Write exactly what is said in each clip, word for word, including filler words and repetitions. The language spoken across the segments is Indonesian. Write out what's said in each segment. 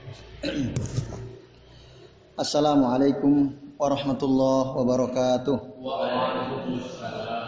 Assalamualaikum warahmatullahi wabarakatuh. Waalaikumsalam.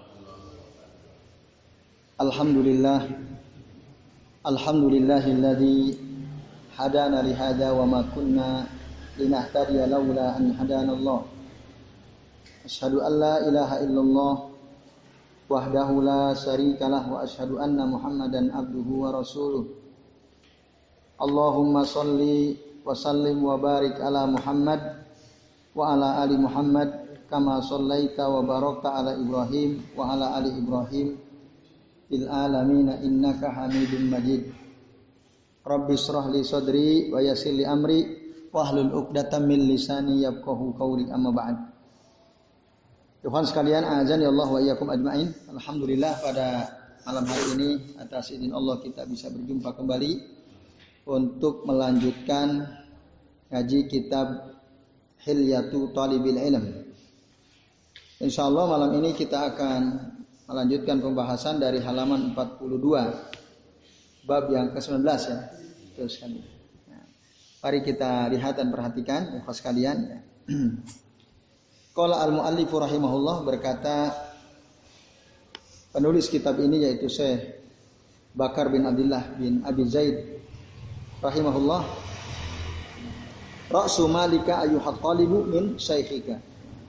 Alhamdulillah. Alhamdulillahilladzi hadana li hadza wa ma kunna linahtadiya laula an hadanallah. Asyhadu an la ilaha illallah wahdahu la syarikalah wa asyhadu anna Muhammadan abduhu wa rasuluh. Allahumma shalli wa sallim wa barik ala Muhammad wa ala ali Muhammad kama shallaita wa barakta ala Ibrahim wa ala ali Ibrahim fil alamin innaka Hamidum Majid. Rabbi shrah li sadri wa yassir li amri wahlul 'uqdatam min lisani yafqahu qawli, amma ba'd. Tuhan sekalian, azan ya Allah wa iyyakum ajmain. Alhamdulillah, pada malam hari ini atas izin Allah kita bisa berjumpa kembali untuk melanjutkan ngaji kitab Hilyatu Thalibil Ilm. Insyaallah malam ini kita akan melanjutkan pembahasan dari halaman empat puluh dua bab yang ke sembilan belas ya. Terus sekali. Nah, mari kita lihat dan perhatikan ikhwas sekalian ya. Qala al-muallif rahimahullah, berkata penulis kitab ini yaitu Syekh Bakar bin Abdullah bin Abi Zaid rahimahullah, ra'su malika ayyuhat talibu min syekhika.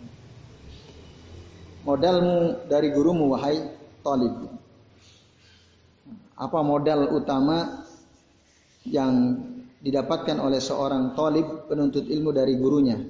Modalmu dari gurumu wahai talib. Apa modal utama yang didapatkan oleh seorang talib penuntut ilmu dari gurunya?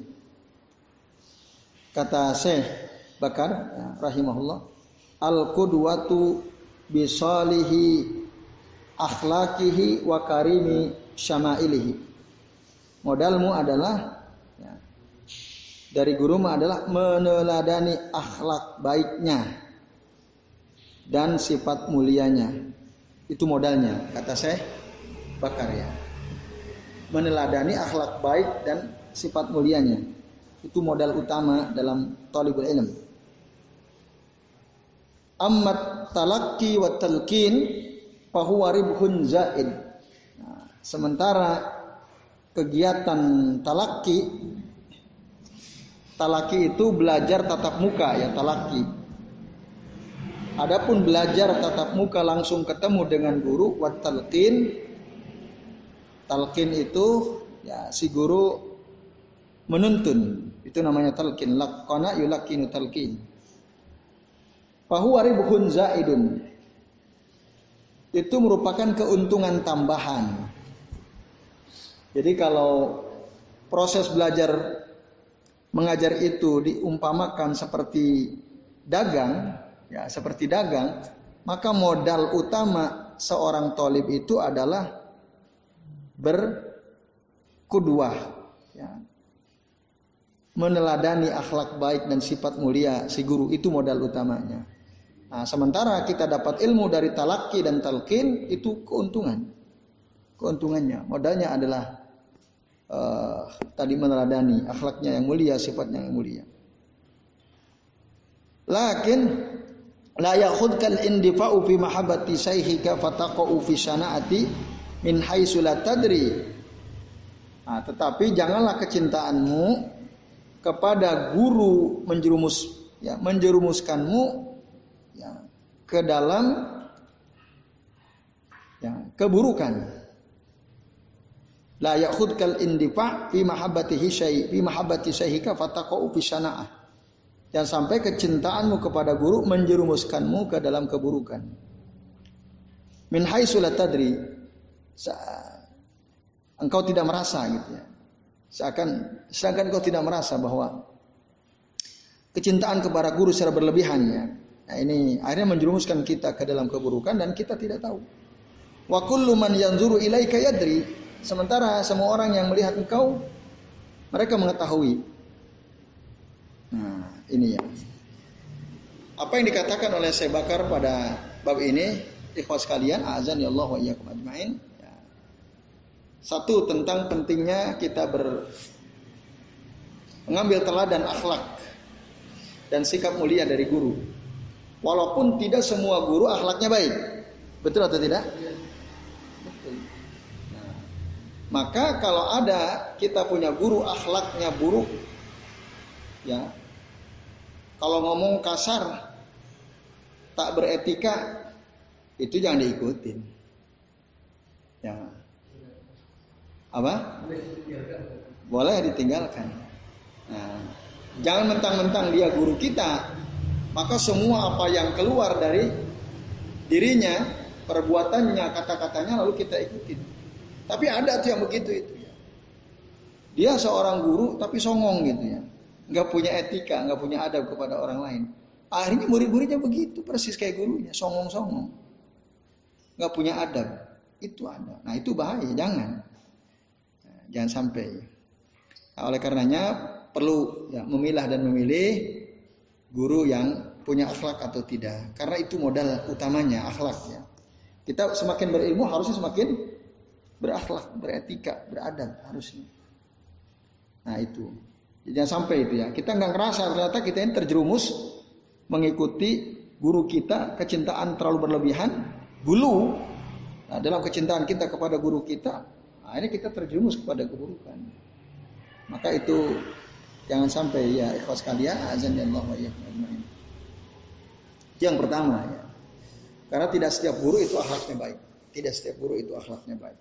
Kata Syekh Bakar ya, rahimahullah, al-qudwatu bisalihi akhlaqihi wa karimi syama'ilihi. Modalmu adalah ya, dari gurumu adalah meneladani akhlak baiknya dan sifat mulianya. Itu modalnya, kata Syekh Bakar ya. Meneladani akhlak baik dan sifat mulianya. Itu modal utama dalam thalibul ilm. Ammat talaqi wa talqin fa huwa ribhun zaid. Nah, sementara kegiatan talaqi, talaqi itu belajar tatap muka ya, talaqi. Adapun belajar tatap muka langsung ketemu dengan guru, wa talqin, talqin itu ya si guru menuntun, itu namanya talqin. Laqana yulaqinu talqin. Fa huwa ribhun zaidun. Itu merupakan keuntungan tambahan. Jadi kalau proses belajar mengajar itu diumpamakan seperti dagang, ya seperti dagang, maka modal utama seorang thalib itu adalah berqudwah, ya. Meneladani akhlak baik dan sifat mulia si guru, itu modal utamanya. Nah, sementara kita dapat ilmu dari talaqi dan talqin, itu keuntungan. Keuntungannya, modalnya adalah uh, tadi meneladani akhlaknya yang mulia, sifatnya yang mulia. Lakin la yakhudkal indifa'u fi mahabbati sayhika fataqa'u fi sana'ati min haitsu la tadri. Nah, tetapi janganlah kecintaanmu kepada guru menjerumus ya, menjerumuskanmu ya, ke dalam ya, keburukan. La yakhudkal indifa' fi mahabbatihi syai' fi mahabbati syaikhika fataqa'u fi sana'ah. Jangan sampai kecintaanmu kepada guru menjerumuskanmu ke dalam keburukan. Min haitsu la tadri. Engkau tidak merasa gitu ya. Seakan sedangkan engkau tidak merasa bahwa kecintaan kepada guru secara berlebihan ya. Nah, ini akhirnya menjerumuskan kita ke dalam keburukan dan kita tidak tahu. Wa kullu man yanzuru ilaika yadri. Sementara semua orang yang melihat engkau, mereka mengetahui. Nah, ini ya. Apa yang dikatakan oleh Syekh Bakar pada bab ini, ikhwas sekalian, azan ya Allah wa iyyakum ajmain. Ya. Satu, tentang pentingnya kita ber mengambil teladan akhlak dan sikap mulia dari guru. Walaupun tidak semua guru akhlaknya baik. Betul atau tidak? Betul. Nah, Maka kalau ada kita punya guru akhlaknya buruk, ya, kalau ngomong kasar, tak beretika, itu jangan diikutin. Ya. Apa? Boleh ditinggalkan. Nah, jangan mentang-mentang dia guru kita, maka semua apa yang keluar dari dirinya, perbuatannya, kata-katanya lalu kita ikutin. Tapi ada tuh yang begitu itu ya. Dia seorang guru tapi songong gitu ya. Nggak punya etika, nggak punya adab kepada orang lain. Akhirnya murid-muridnya begitu, persis kayak gurunya, songong-songong. Nggak punya adab. Itu ada. Nah itu bahaya, jangan. Nah, jangan sampai. Nah, oleh karenanya perlu ya, memilah dan memilih guru yang punya akhlak atau tidak. Karena itu modal utamanya, akhlak ya. Kita semakin berilmu harusnya semakin berakhlak, beretika, beradab harusnya. Nah itu. Jangan sampai itu ya. Kita nggak ngerasa ternyata kita ini terjerumus mengikuti guru kita, kecintaan terlalu berlebihan, gulu. Nah, dalam kecintaan kita kepada guru kita, nah ini kita terjerumus kepada keburukan. Maka itu jangan sampai ya ikhwas kalian, azan ya Allah wa iyyakum ajmain. Yang pertama ya. Karena tidak setiap guru itu akhlaknya baik. Tidak setiap guru itu akhlaknya baik.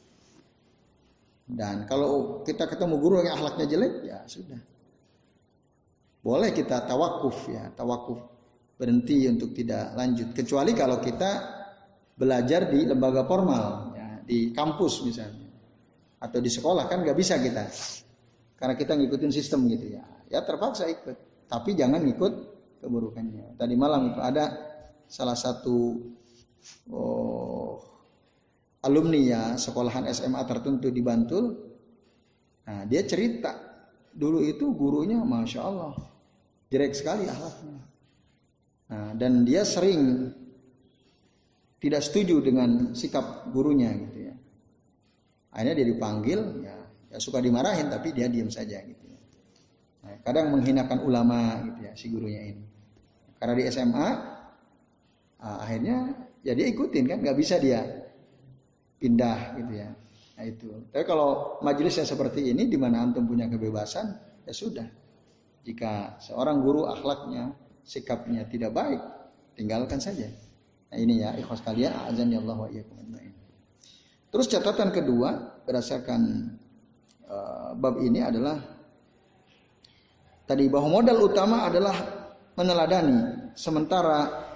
Dan kalau kita ketemu guru yang akhlaknya jelek, ya sudah. Boleh kita tawakuf ya, tawakuf. Berhenti untuk tidak lanjut. Kecuali kalau kita belajar di lembaga formal, ya, di kampus misalnya. Atau di sekolah kan nggak bisa kita. Karena kita ngikutin sistem gitu ya. Ya terpaksa ikut. Tapi jangan ikut keburukannya. Tadi malam itu ada salah satu oh, alumni ya sekolahan S M A tertentu di Bantul. Nah dia cerita dulu itu gurunya masya Allah jelek sekali akhlaknya. Nah, dan dia sering tidak setuju dengan sikap gurunya gitu ya. Akhirnya dia dipanggil ya, ya suka dimarahin tapi dia diam saja gitu ya. Nah, kadang menghinakan ulama gitu ya si gurunya ini. Karena di S M A nah, akhirnya ya dia ikutin kan nggak bisa dia pindah gitu ya. Nah itu. Tapi kalau majelis yang seperti ini di mana antum punya kebebasan, ya sudah. Jika seorang guru akhlaknya, sikapnya tidak baik, tinggalkan saja. Nah ini ya ikhwas kalian, azan ya Allah wa iyyakum ajmain. Terus catatan kedua berdasarkan uh, bab ini adalah tadi bahwa modal utama adalah meneladani, sementara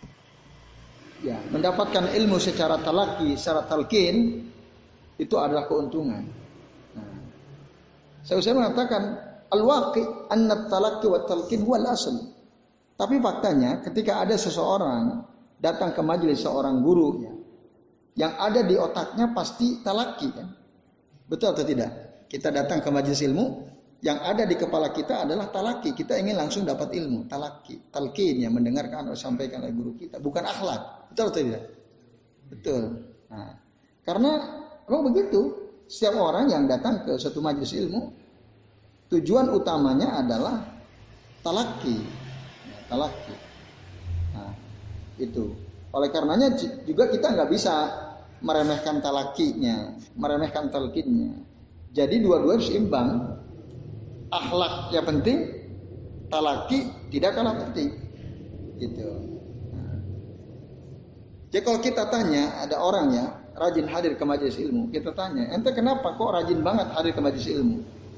ya, mendapatkan ilmu secara talaki, secara talqin itu adalah keuntungan. Nah, saya usah mengatakan al-waqi anna talaqi wa talqin huwa al-asl. Tapi faktanya ketika ada seseorang datang ke majelis seorang guru ya, yang ada di otaknya pasti talaki kan. Betul atau tidak? Kita datang ke majelis ilmu, yang ada di kepala kita adalah talaki. Kita ingin langsung dapat ilmu, talaki, talqin yang mendengarkan atau sampaikan oleh guru kita, bukan akhlak. Betul atau tidak? Betul. Nah, karena memang begitu. Setiap orang yang datang ke suatu majelis ilmu, tujuan utamanya adalah talaki. Ya, talaki. Nah, itu. Oleh karenanya juga kita nggak bisa meremehkan talakinya, meremehkan talqinnya. Jadi dua-duanya seimbang. Akhlak yang penting, talaki tidak kalah penting. Gitu. Nah. Jadi kalau kita tanya, ada orang ya rajin hadir ke majelis ilmu, kita tanya, ente kenapa kok rajin banget hadir ke majelis ilmu?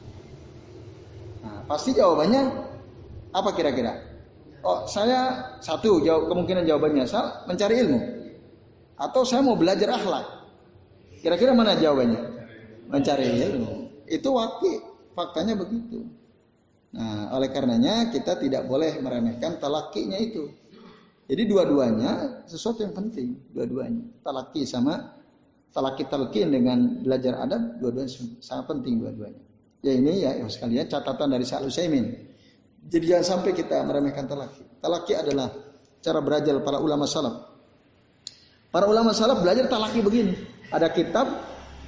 Nah, pasti jawabannya apa kira-kira? Oh, saya satu jawab kemungkinan jawabannya saya mencari ilmu, atau saya mau belajar akhlak. Kira-kira mana jawabannya? Mencari ilmu. Itu wakil. Faktanya begitu. Nah, oleh karenanya kita tidak boleh meremehkan talakinya itu. Jadi dua-duanya sesuatu yang penting, dua-duanya. Talaki sama talaki talqin dengan belajar adab, dua-duanya sangat penting dua-duanya. Ya ini ya sekalian catatan dari Syekh Utsaimin. Jadi jangan sampai kita meremehkan talaki. Talaki adalah cara belajar para ulama salaf. Para ulama salaf belajar talaki begini. Ada kitab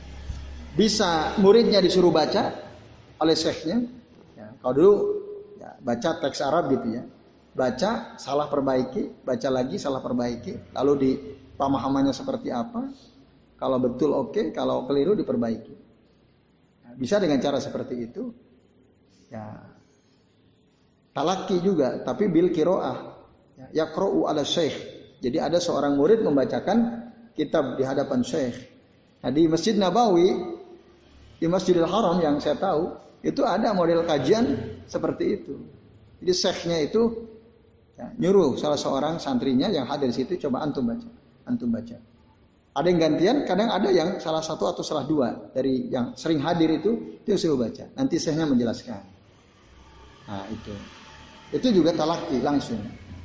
bisa muridnya disuruh baca oleh syekhnya, ya, kalau dulu ya, baca teks Arab gitu ya, baca salah perbaiki, baca lagi salah perbaiki, lalu di pemahamannya seperti apa, kalau betul oke, okay, kalau keliru diperbaiki. bisa dengan cara seperti itu. Ya, talaki juga, tapi bil kiroah. Ya, yaqra'u ala syekh. Jadi ada seorang murid membacakan kitab di hadapan syekh. Nah, di Masjid Nabawi, di Masjidil Haram yang saya tahu, itu ada model kajian seperti itu. Jadi syekhnya itu ya, nyuruh salah seorang santrinya yang hadir di situ, coba antum baca, antum baca. Ada yang gantian, kadang ada yang salah satu atau salah dua dari yang sering hadir itu, itu suruh baca. Nanti syekhnya menjelaskan. Nah itu, itu juga talaki langsung.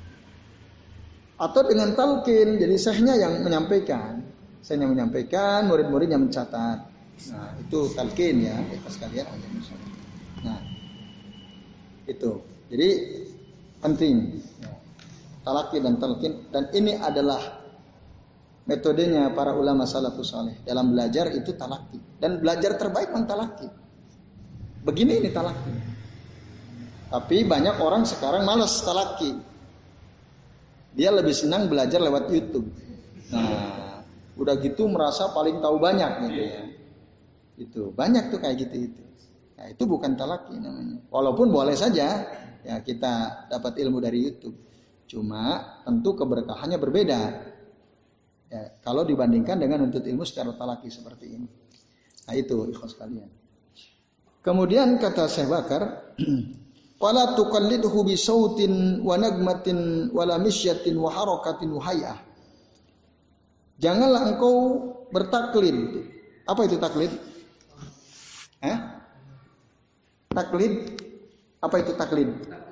Atau dengan talqin, jadi syekhnya yang menyampaikan, syekhnya menyampaikan, murid-muridnya mencatat. Nah itu talqin ya, kita sekalian. Nah itu, jadi penting talaki dan talqin, dan ini adalah metodenya para ulama salafus saleh dalam belajar itu talaki, dan belajar terbaik memang talaki. Begini ini talaki. Tapi banyak orang sekarang malas talaki. Dia lebih senang belajar lewat YouTube. Nah, udah gitu merasa paling tahu banyak gitu ya. Itu banyak tuh kayak gitu itu. Nah, itu bukan talaki namanya. Walaupun boleh saja ya kita dapat ilmu dari YouTube. Cuma tentu keberkahannya berbeda. Ya, kalau dibandingkan dengan menuntut ilmu secara talaki seperti ini. Nah itu ikhlas kalian. Kemudian kata Syekh Bakar, wala tuqallidhu bi sautin wa nagmatin wala misyatin wa harakatin wa hay'ah. Janganlah engkau bertaklid. Apa itu taklid? Eh? Taklid? Apa itu taklid?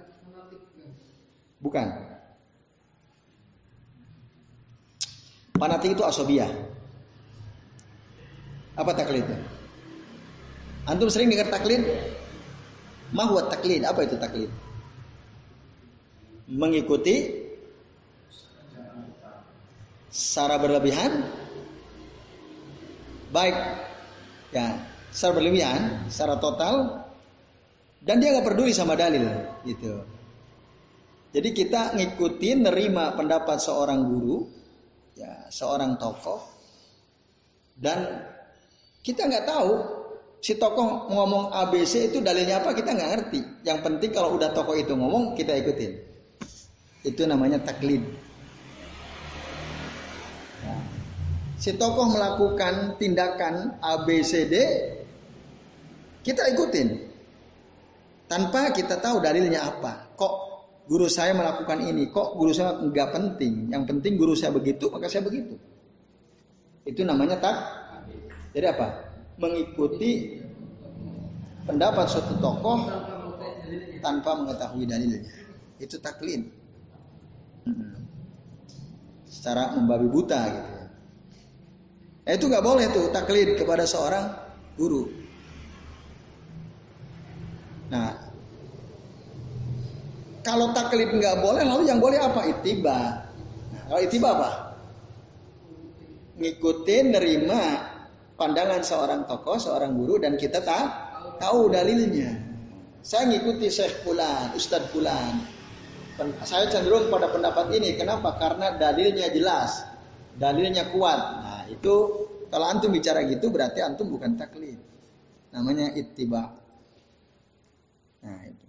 Bukan. Fanatik itu asobiyah. Apa taklidnya? Antum sering dengar taklid? Ma huwa taklid? Apa itu taklid? Mengikuti secara berlebihan, baik ya, secara berlebihan, secara total, dan dia nggak peduli sama dalil, gitu. Jadi kita ngikutin, nerima pendapat seorang guru, ya seorang tokoh, dan kita nggak tahu si tokoh ngomong A B C itu dalilnya apa, kita nggak ngerti. Yang penting kalau udah tokoh itu ngomong kita ikutin. Itu namanya taklid. Ya. Si tokoh melakukan tindakan A B C D, kita ikutin tanpa kita tahu dalilnya apa. Kok guru saya melakukan ini, kok guru saya nggak penting. Yang penting guru saya begitu, maka saya begitu. Itu namanya tak. Jadi apa? Mengikuti pendapat suatu tokoh tanpa mengetahui dalilnya. Itu taklid. Secara membabi buta gitu. Nah, itu nggak boleh tuh taklid kepada seorang guru. Nah, kalau taklid nggak boleh, lalu yang boleh apa? Ittiba. Nah, kalau ittiba apa? Ngikutin, nerima pandangan seorang tokoh, seorang guru, dan kita tak tahu dalilnya. Saya ngikuti Syekh Fulan, Ustadz Fulan. Saya cenderung pada pendapat ini. Kenapa? Karena dalilnya jelas, dalilnya kuat. Nah, itu kalau antum bicara gitu berarti antum bukan taklid. Namanya ittiba. Nah, itu.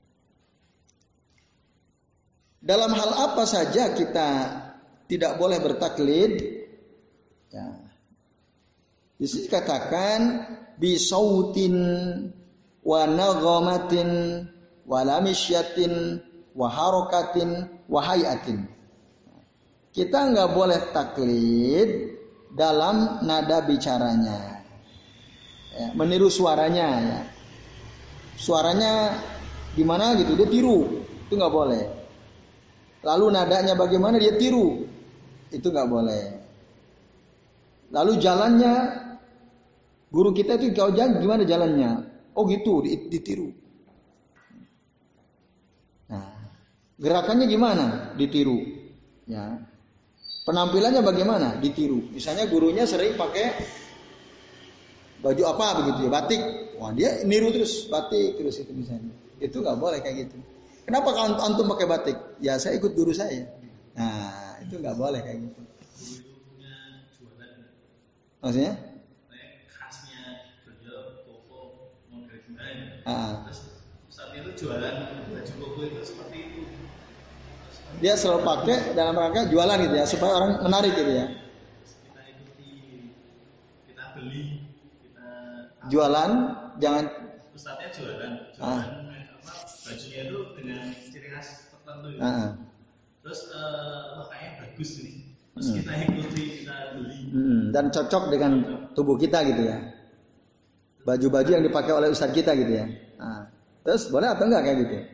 Dalam hal apa saja kita tidak boleh bertaklid? Ya. Di sini katakan bisautin wa naghamatin wa lamishyatin wa harakatin wa hayatin. Kita nggak boleh taklid dalam nada bicaranya, ya, meniru suaranya, ya. Suaranya gimana gitu, dia tiru, itu nggak boleh. Lalu nadanya bagaimana, dia tiru, itu nggak boleh. Lalu jalannya, guru kita itu kalau jalan gimana jalannya, oh gitu, ditiru. Nah, gerakannya gimana, ditiru, ya. Penampilannya bagaimana, ditiru. Misalnya gurunya sering pakai baju apa begitu ya, batik, wah dia niru terus batik terus itu misalnya, itu nggak boleh kayak gitu. Kenapa kalau antum pakai batik? Ya saya ikut guru saya. Nah itu nggak boleh kayak gitu. Maksudnya? Ah. Terus saat itu jualan baju koko itu seperti itu. Dia selalu pakai dalam rangka jualan gitu ya, supaya orang menarik gitu ya. Kita ikuti, kita beli, kita jualan, jangan Ustadznya jualan, jualan ah. apa bajunya itu dengan ciri khas tertentu. Gitu. Ah. Terus uh, wah kayaknya bagus nih. Terus Hmm. kita ikuti, kita beli. Hmm. Dan cocok dengan tubuh kita gitu ya. Baju-baju yang dipakai oleh ustadz kita gitu ya. Nah, terus boleh atau enggak kayak gitu?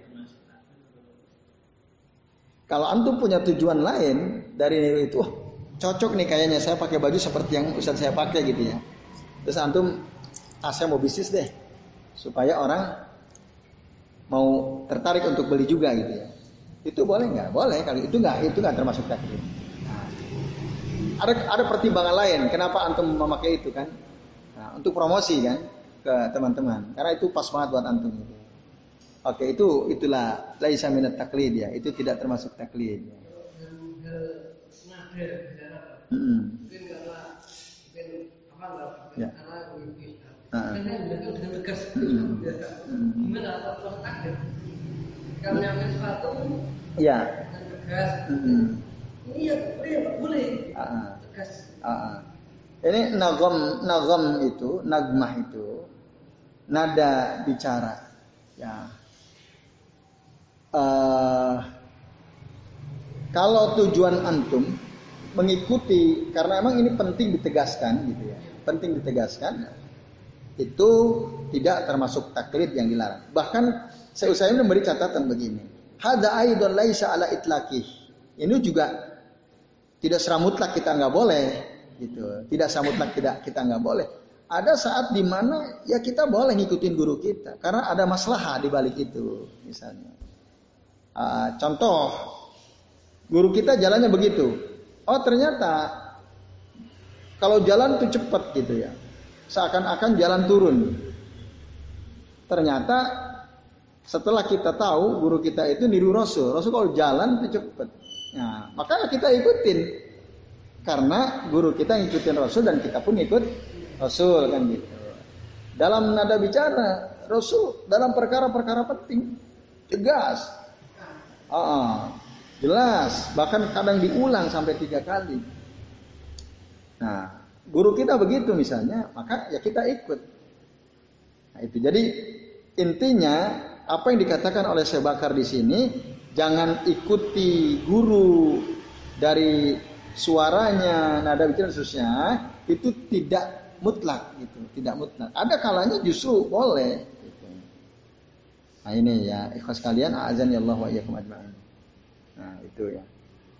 Kalau antum punya tujuan lain dari niru itu, oh, cocok nih kayaknya saya pakai baju seperti yang ustadz saya pakai gitu ya. Terus antum, ah saya mau bisnis deh, supaya orang mau tertarik untuk beli juga gitu ya. Itu boleh nggak? Boleh. Kalau itu nggak, itu nggak termasuk taklid. Nah, ada ada pertimbangan lain. Kenapa antum memakai itu kan? Nah, untuk promosi kan ke teman-teman. Karena itu pas banget buat antum. Gitu. Oke, itu itulah laisa minat taklid ya. Itu tidak termasuk taklid. Ya. Hmm. Ya. Karena dengan tegas. Gimana apa taklid? Kalau yang sesuatu ya dengan tegas. Ini ya boleh. Tegas. Ini nagam nagam itu, nagmah itu nada bicara. Ya. Uh, kalau tujuan antum mengikuti, karena emang ini penting ditegaskan gitu ya, penting ditegaskan, itu tidak termasuk taklid yang dilarang. Bahkan saya usahain memberi catatan begini, hadza aidon laisa ala itlaqih. Ini juga tidak secara mutlak kita nggak boleh, gitu. Tidak secara mutlak tidak kita nggak boleh. Ada saat di mana ya kita boleh ngikutin guru kita, karena ada maslahah di balik itu, misalnya. Uh, contoh, guru kita jalannya begitu. Oh ternyata kalau jalan tuh cepat gitu ya, seakan-akan jalan turun. Ternyata setelah kita tahu guru kita itu niru Rasul, Rasul kalau jalan tuh cepat. Nah, maka kita ikutin karena guru kita ngikutin Rasul dan kita pun ikut Rasul kan gitu. Dalam nada bicara Rasul dalam perkara-perkara penting tegas. Ah, jelas, bahkan kadang diulang sampai tiga kali. Nah, guru kita begitu misalnya, maka ya kita ikut. Nah, itu jadi intinya apa yang dikatakan oleh Syekh Bakar di sini, jangan ikuti guru dari suaranya, nada bicara khususnya, itu tidak mutlak gitu, tidak mutlak. Ada kalanya justru boleh. Nah ini ya, ikhlas kalian, a'azani Allah wa iyyakum ajma'in. Nah itu ya.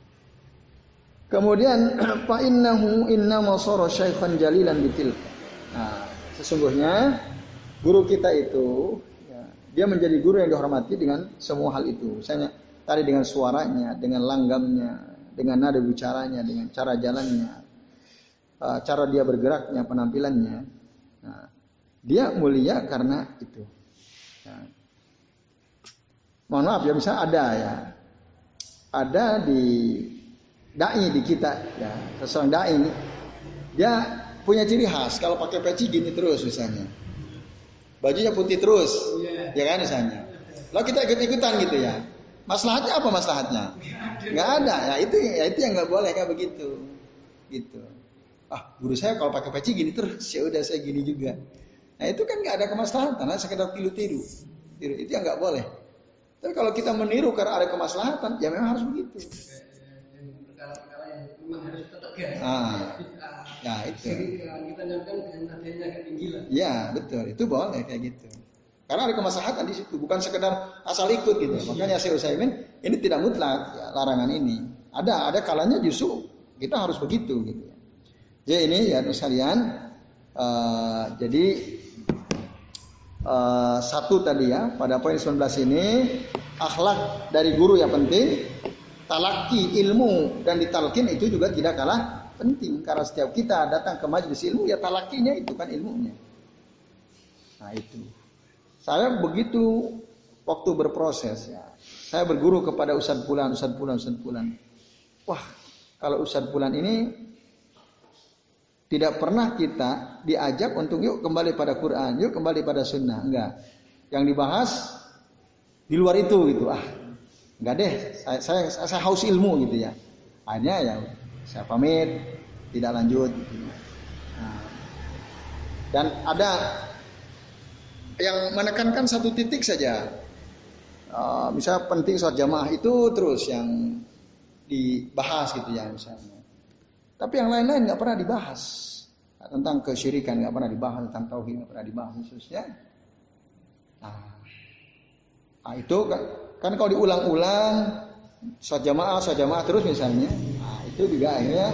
Kemudian fa innahu innama sara syaikhan jalilan bitil. Nah, sesungguhnya guru kita itu ya, dia menjadi guru yang dihormati dengan semua hal itu. Misalnya tadi dengan suaranya, dengan langgamnya, dengan nada bicaranya, dengan cara jalannya, cara dia bergeraknya, penampilannya. Nah, dia mulia karena itu. Nah, mohon maaf ya, misalnya ada ya, ada di dai di kita ya, seseorang dai ini, dia punya ciri khas kalau pakai peci gini terus misalnya, bajunya putih terus, yeah. Ya kan misalnya, lalu kita ikut-ikutan gitu ya, maslahatnya apa maslahatnya? Nggak ada, ya itu ya itu yang nggak boleh kayak begitu, gitu. Ah guru saya kalau pakai peci gini terus, ya udah saya gini juga. Nah itu kan nggak ada kemaslahatan, nah sekedar tiru-tiru, tiru itu yang nggak boleh. Tapi kalau kita meniru karena ada kemaslahatan, ya memang harus begitu. Perkara-perkara yang memang harus tegas. Ah, nah itu. Kita nyanyikan dengan nadanya ketinggian. Ya betul, itu boleh kayak gitu. Karena ada kemaslahatan di situ, bukan sekedar asal ikut gitu. Makanya Syekh Utsaimin ini tidak mutlak ya, larangan ini. Ada, ada kalanya justru kita harus begitu gitu. Jadi ini ya sekalian, uh, jadi Uh, satu tadi ya pada poin sembilan belas ini akhlak dari guru yang penting, talaki ilmu dan ditalkin itu juga tidak kalah penting karena setiap kita datang ke majelis ilmu ya talakinya itu kan ilmunya. Nah itu saya begitu waktu berproses ya, saya berguru kepada Ustadz Fulan, Ustadz Fulan, Ustadz Fulan. Wah kalau Ustadz Fulan ini tidak pernah kita diajak untuk yuk kembali pada Quran, yuk kembali pada Sunnah, enggak. Yang dibahas di luar itu gitu. Ah, enggak deh, saya saya, saya haus ilmu gitu ya. Akhirnya ya saya pamit, tidak lanjut gitu. Nah, dan ada yang menekankan satu titik saja. Uh, misalnya penting sholat jamaah itu terus yang dibahas gitu ya misalnya. Tapi yang lain-lain nggak pernah dibahas. Tentang kesyirikan nggak pernah dibahas, tentang tauhid nggak pernah dibahas khususnya. Nah, nah itu kan, kan kalau diulang-ulang sholat jamaah, sholat jamaah terus misalnya, nah itu juga akhirnya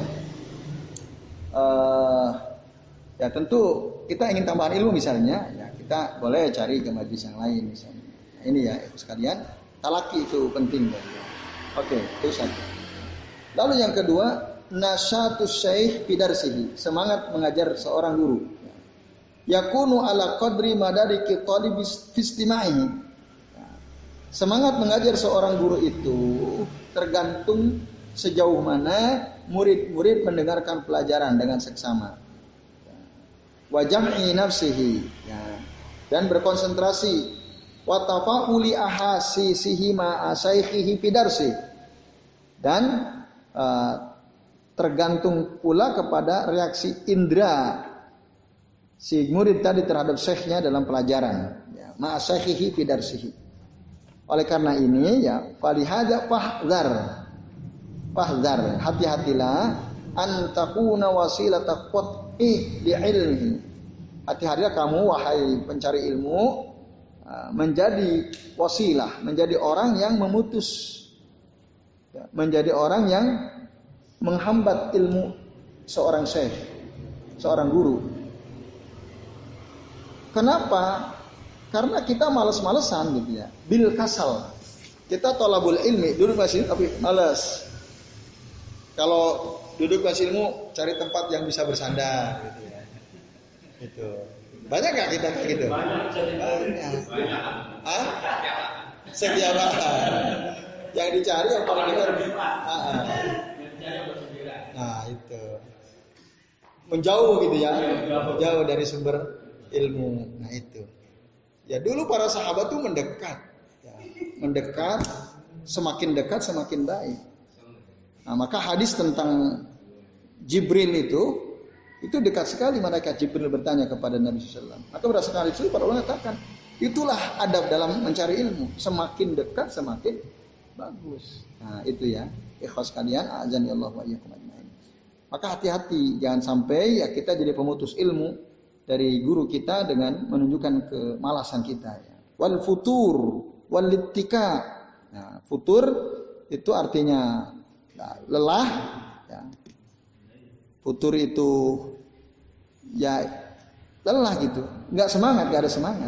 uh, ya tentu kita ingin tambahan ilmu misalnya, ya kita boleh cari ke majlis yang lain misalnya. Nah, ini ya itu sekalian, talaki itu penting. Oke, itu satu. Lalu yang kedua, nasyatus syekh bidarsihi, semangat mengajar seorang guru. Yakunu ala qadri madariki talibis fistimaihi. Semangat mengajar seorang guru itu tergantung sejauh mana murid-murid mendengarkan pelajaran dengan seksama. Wa jam'i nafsihi, ya, dan berkonsentrasi wa tafa'uli ahasisihi ma asyaihihi bidarsi. Dan uh, tergantung pula kepada reaksi indera si murid tadi terhadap syekhnya dalam pelajaran, ya, ma asyaihihi bidarsihi. Oleh karena ini ya falihada fahdhar fahdhar hati-hatilah antakuna wasilata qat'i li ilmi. Hati-hatilah kamu wahai pencari ilmu menjadi wasilah, menjadi orang yang memutus, menjadi orang yang menghambat ilmu seorang syekh, seorang guru. Kenapa? Karena kita malas-malesan gitu ya. Bil kasal. Kita tolabul ilmi, duduk masih tapi malas. Kalau duduk masih ilmu, cari tempat yang bisa bersandar gitu ya. Gitu. Banyak nggak kita kayak gitu? Banyak. Banyak. Ah? Setiawahan. Yang dicari yang paling benar. Nah itu. Menjauh gitu ya. Menjauh dari sumber ilmu. Nah itu. Ya dulu para sahabat tuh mendekat, ya, mendekat, semakin dekat semakin baik. Nah maka hadis tentang Jibril itu, itu dekat sekali malaikat Jibril bertanya kepada Nabi Sallallahu Alaihi Wasallam. Maka berdasarkan itu para ulama mengatakan, itulah adab dalam mencari ilmu, semakin dekat semakin bagus. Nah itu ya, ikhwas kalian, azan ya Allah wa iyyakum ajmain. Maka hati-hati, jangan sampai ya kita jadi pemutus ilmu dari guru kita dengan menunjukkan kemalasan kita ya. Wal futur wal littika. Nah, futur itu artinya nah, lelah ya. Futur itu ya lelah gitu, enggak semangat, enggak ada semangat.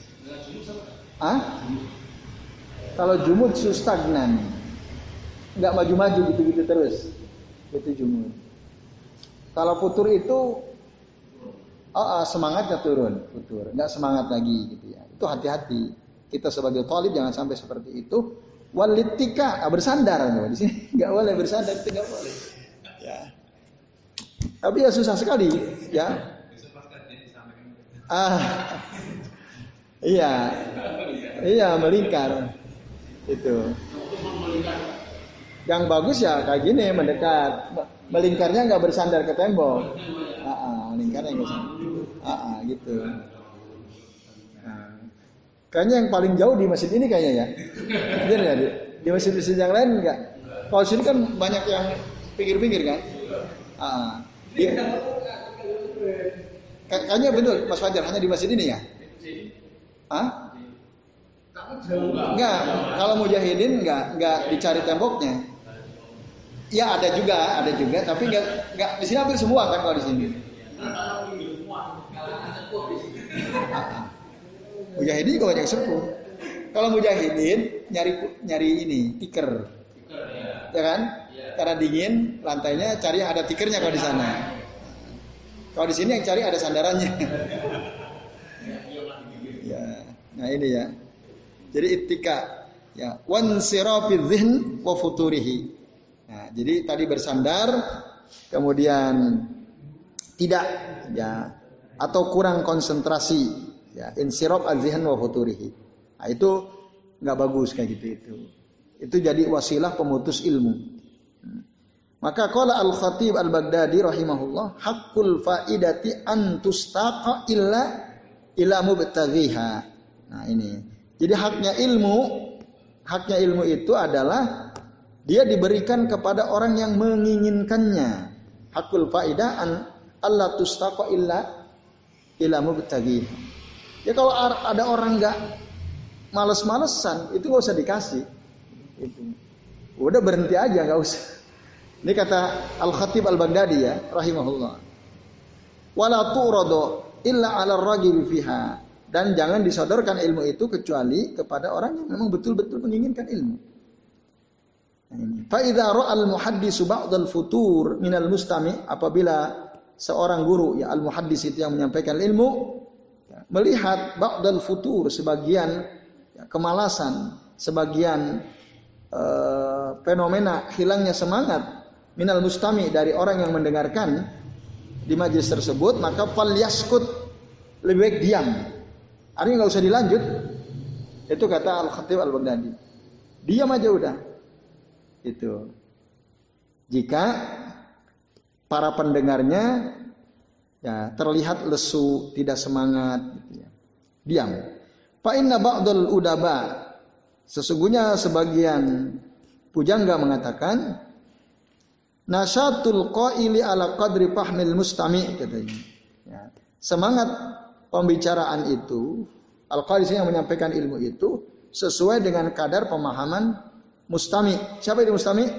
Ah? Kalau jumud stagnan. Enggak maju-maju gitu-gitu terus. Itu jumud. Kalau futur itu Oh, semangatnya turun, futur, nggak semangat lagi gitu ya. Itu hati-hati. Kita sebagai talib jangan sampai seperti itu. Walitika, ah, bersandar di sini nggak boleh bersandar, itu nggak boleh. Ya. Tapi ya susah sekali, ya. Ah, iya, iya melingkar, itu. Yang bagus ya kayak gini mendekat, melingkarnya nggak bersandar ke tembok. Ah, melingkarnya nggak bersandar. Ah, gitu. Nah, kayaknya yang paling jauh di masjid ini kayaknya ya. Benar ya, di, di masjid-masjid yang lain enggak. Kalau sini kan banyak yang pinggir-pinggir kan. Ah, di, kayaknya betul Mas Fajar hanya di masjid ini ya. Ah? Enggak, kalau mujahidin enggak enggak dicari temboknya. Ya ada juga, ada juga, tapi enggak enggak di sini hampir semua kan kalau di sini. Mujahidin juga banyak sepuh. Kalau mujahidin nyari nyari ini tiker, ya kan? Karena dingin lantainya cari ada tikernya kalau di sana. Kalau di sini yang cari ada sandarannya. Ya, nah ini ya. Jadi ittika, ya, wan sirafiz dzihn wa futurihi. Nah, jadi tadi bersandar, kemudian tidak, ya, atau kurang konsentrasi Ya, insirab az-zihn wa futurihi. Nah, itu nggak bagus kayak gitu itu. Itu jadi wasilah pemutus ilmu. Maka qala al-Khatib al-Baghdadi rahimahullah, haqqul faidati an tustaqa illa ila mubtaghiha. Nah, ini. Jadi haknya ilmu, haknya ilmu itu adalah dia diberikan kepada orang yang menginginkannya. Hakul faidah an alla tustaqa illa ila mubtaghiha. Ya kalau ada orang nggak males-malesan, itu nggak usah dikasih. Itu. Udah berhenti aja, nggak usah. Ini kata Al-Khatib Al-Baghdadi ya, rahimahullah. Wala tu'radu illa 'ala ar-ragib fiha. Dan jangan disodorkan ilmu itu kecuali kepada orang yang memang betul-betul menginginkan ilmu. Fa idza ra'a al-muhaddis ba'd al-futur min al-mustami, apabila seorang guru ya al-muhaddis itu yang menyampaikan ilmu ya, melihat ba'd al-futur sebagian ya, kemalasan, sebagian uh, fenomena hilangnya semangat minal mustami dari orang yang mendengarkan di majelis tersebut, maka fal yaskut, lebih baik diam. Artinya nggak usah dilanjut. Itu kata Al-Khatib Al-Baghdadi. Diam aja udah. Itu. Jika para pendengarnya ya terlihat lesu, tidak semangat, gitu ya. Diam. Fa inna ba'dul udaba, sesungguhnya sebagian pujangga mengatakan nasyatul qaili ala qadri fahmil mustami, katanya. Ya. Semangat pembicaraan itu, al-qadri yang menyampaikan ilmu itu sesuai dengan kadar pemahaman mustami. Siapa itu mustami?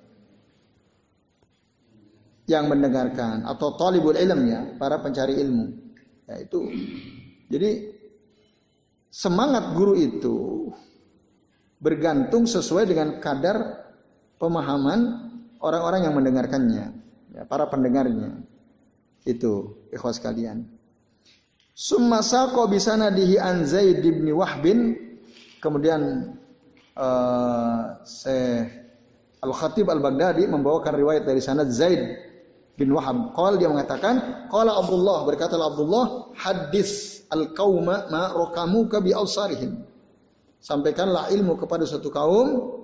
Yang mendengarkan atau talibul ilm ya, para pencari ilmu. Ya itu. Jadi semangat guru itu bergantung sesuai dengan kadar pemahaman orang-orang yang mendengarkannya, ya, para pendengarnya. Itu, ikhwas kalian. Summa saqa bisanadihi an Zaid bin Wahbin, kemudian uh, Syekh Al-Khatib Al-Baghdadi membawakan riwayat dari sanad Zaid bin Wahab. Qala, dia mengatakan, qala Abdullah, berkata Abdullah, hadis al-qauma ma rakamuka bi awsarihim. Sampaikanlah ilmu kepada suatu kaum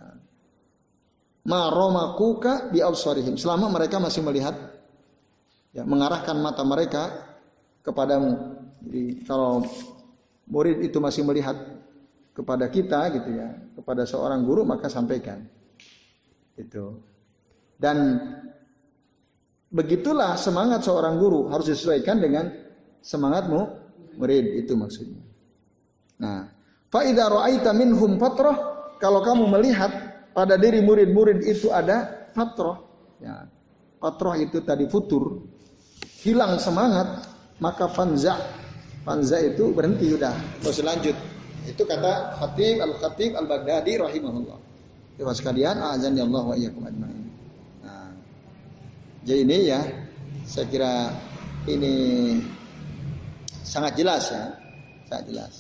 ma romakuka bi absarihim, selama mereka masih melihat ya, mengarahkan mata mereka kepadamu. Jadi kalau murid itu masih melihat kepada kita gitu ya, kepada seorang guru, maka sampaikan. Itu. Dan begitulah semangat seorang guru harus disesuaikan dengan semangatmu murid, itu maksudnya. Nah, fa idza ra'aita minhum fatrah, kalau kamu melihat pada diri murid-murid itu ada fatrah. Ya. Fatrah itu tadi futur. Hilang semangat, maka fanza. Fanza itu berhenti udah, terus lanjut. Itu kata Khatib Al-Khatib Al-Baghdadi rahimahullah. Terima sekalian, azan ya Allah wa iyyakum ajmain. Nah. Jadi ini ya, saya kira ini sangat jelas ya. Sangat jelas.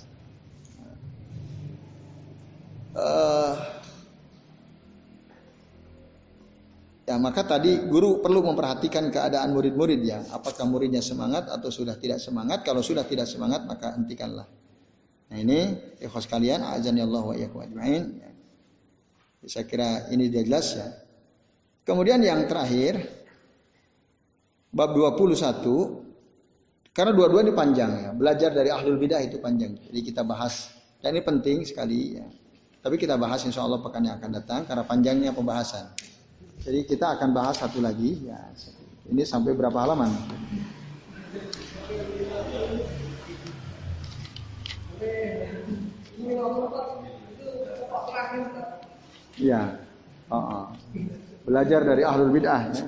Uh, Ya, maka tadi guru perlu memperhatikan keadaan murid-murid ya. Apakah muridnya semangat atau sudah tidak semangat? Kalau sudah tidak semangat, maka hentikanlah. Nah ini, ikhwas kalian, a'azanillahu wa iyyakum ajma'in. Ya. Saya kira ini dia jelas ya. Kemudian yang terakhir, bab dua puluh satu. Karena dua-dua ini panjang ya. Belajar dari ahlul bidah itu panjang. Jadi kita bahas. Dan ini penting sekali ya. Tapi kita bahas insya Allah pekan yang akan datang. Karena panjangnya pembahasan. Jadi kita akan bahas satu lagi ya. Ini sampai berapa halaman? Ya. Oh, oh. Belajar dari ahlul bid'ah ya.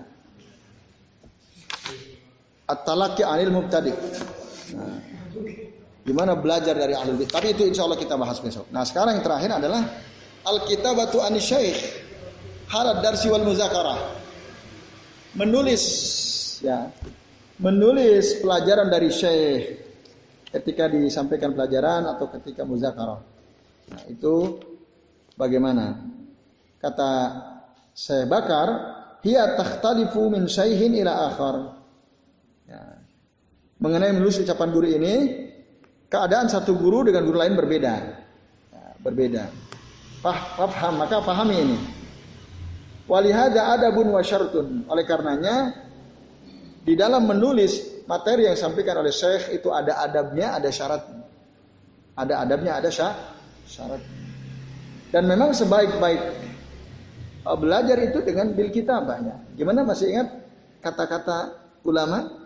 At-talaqi 'anil mubtadi'. Nah, gimana belajar dari ahlul bid'ah? Tapi itu insya Allah kita bahas besok. Nah, sekarang yang terakhir adalah al-kitabatu anisyaikh. Halad darsi wal muzakarah, menulis ya, menulis pelajaran dari syekh ketika disampaikan pelajaran atau ketika muzakarah. Nah itu bagaimana? Kata Syekh Bakar, hiya takhtalifu min syaihin ila akhar. Ya. Mengenai menulis ucapan guru ini, keadaan satu guru dengan guru lain berbeda. Ya, berbeda. Faham, maka pahami ini. Walihada adabun wa syartun. Oleh karenanya di dalam menulis materi yang disampaikan oleh Syekh itu ada adabnya, ada syaratnya. Ada adabnya, ada syaratnya. Dan memang sebaik-baik belajar itu dengan bil kitabah ya. Gimana, masih ingat kata-kata ulama